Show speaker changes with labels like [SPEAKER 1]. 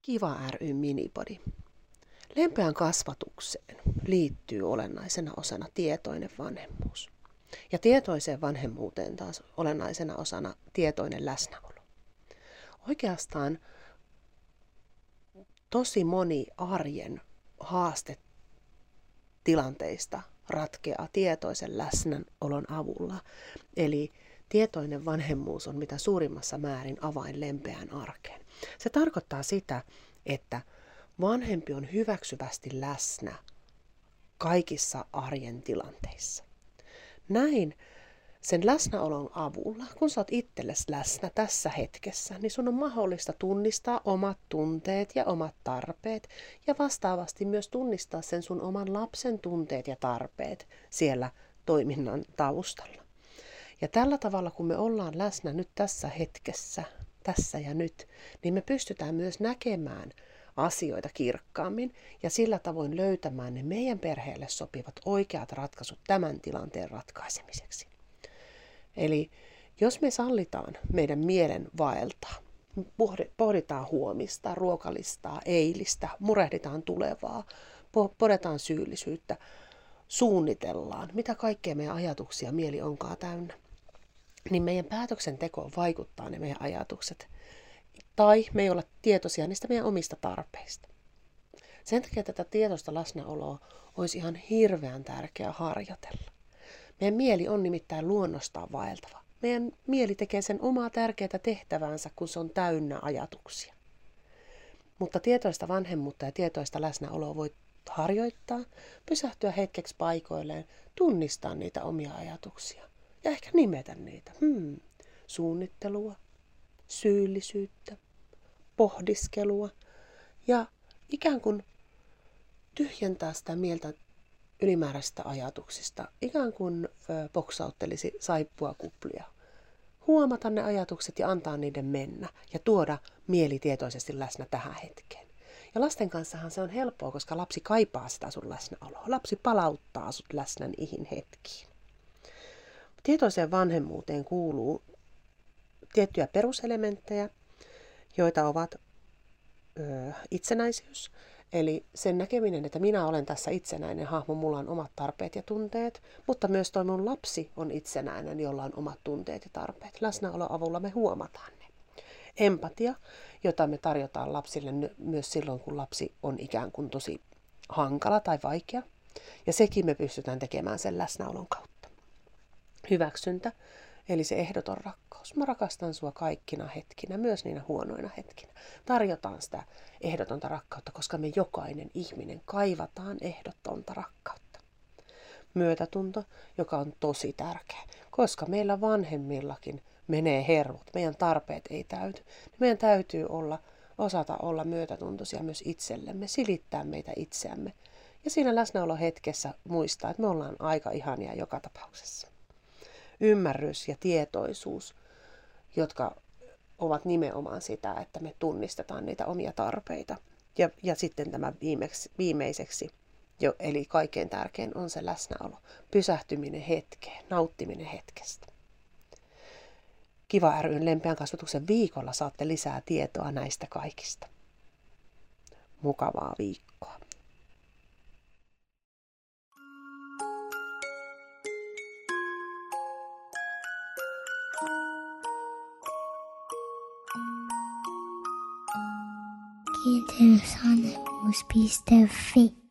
[SPEAKER 1] Kiva ry Minipodi. Lempeään kasvatukseen liittyy olennaisena osana tietoinen vanhemmuus. Ja tietoiseen vanhemmuuteen taas olennaisena osana tietoinen läsnäolo. Oikeastaan tosi moni arjen haastetilanteista ratkeaa tietoisen läsnäolon avulla. Eli tietoinen vanhemmuus on mitä suurimmassa määrin avain lempeään arkeen. Se tarkoittaa sitä, että vanhempi on hyväksyvästi läsnä kaikissa arjen tilanteissa. Näin sen läsnäolon avulla, kun sä oot itsellesi läsnä tässä hetkessä, niin sun on mahdollista tunnistaa omat tunteet ja omat tarpeet ja vastaavasti myös tunnistaa sen sun oman lapsen tunteet ja tarpeet siellä toiminnan taustalla. Ja tällä tavalla, kun me ollaan läsnä nyt tässä hetkessä, tässä ja nyt, niin me pystytään myös näkemään asioita kirkkaammin ja sillä tavoin löytämään ne meidän perheelle sopivat oikeat ratkaisut tämän tilanteen ratkaisemiseksi. Eli jos me sallitaan meidän mielen vaeltaa, pohditaan huomista, ruokalistaa, eilistä, murehditaan tulevaa, podetaan syyllisyyttä, suunnitellaan, mitä kaikkea meidän ajatuksia mieli onkaan täynnä, niin meidän päätöksentekoon vaikuttaa ne meidän ajatukset. Tai me ei olla tietoisia niistä meidän omista tarpeista. Sen takia tätä tietoista läsnäoloa olisi ihan hirveän tärkeää harjoitella. Meidän mieli on nimittäin luonnostaan vaeltava. Meidän mieli tekee sen omaa tärkeää tehtäväänsä, kun se on täynnä ajatuksia. Mutta tietoista vanhemmuutta ja tietoista läsnäoloa voi harjoittaa, pysähtyä hetkeksi paikoilleen, tunnistaa niitä omia ajatuksia ja ehkä nimetä niitä. Suunnittelua, syyllisyyttä, pohdiskelua ja ikään kuin tyhjentää sitä mieltä ylimääräisistä ajatuksista, ikään kuin boksauttelisi saippuakuplia. Huomata ne ajatukset ja antaa niiden mennä ja tuoda mieli tietoisesti läsnä tähän hetkeen. Ja lasten kanssahan se on helppoa, koska lapsi kaipaa sitä sun läsnäoloa. Lapsi palauttaa sut läsnä niihin hetkiin. Tietoiseen vanhemmuuteen kuuluu tiettyjä peruselementtejä, joita ovat itsenäisyys, eli sen näkeminen, että minä olen tässä itsenäinen hahmo, mulla on omat tarpeet ja tunteet, mutta myös toi mun lapsi on itsenäinen, jolla on omat tunteet ja tarpeet. Läsnäolon avulla me huomataan ne. Empatia, jota me tarjotaan lapsille myös silloin, kun lapsi on ikään kuin tosi hankala tai vaikea, ja sekin me pystytään tekemään sen läsnäolon kautta. Hyväksyntä, eli se ehdoton rakkaus. Mä rakastan sua kaikkina hetkinä, myös niinä huonoina hetkinä. Tarjotaan sitä ehdotonta rakkautta, koska me jokainen ihminen kaivataan ehdotonta rakkautta. Myötätunto, joka on tosi tärkeä, koska meillä vanhemmillakin menee hermot, meidän tarpeet ei täyty. Meidän täytyy osata olla myötätuntoisia myös itsellemme, silittää meitä itseämme. Ja siinä läsnäolohetkessä muistaa, että me ollaan aika ihania joka tapauksessa. Ymmärrys ja tietoisuus, jotka ovat nimenomaan sitä, että me tunnistetaan niitä omia tarpeita. Ja sitten tämä viimeiseksi, eli kaikkein tärkein on se läsnäolo, pysähtyminen hetkeen, nauttiminen hetkestä. Kiva ry:n lempeän kasvatuksen viikolla saatte lisää tietoa näistä kaikista. Mukavaa viikkoa.
[SPEAKER 2] Kiinteysvanhemmuus.fi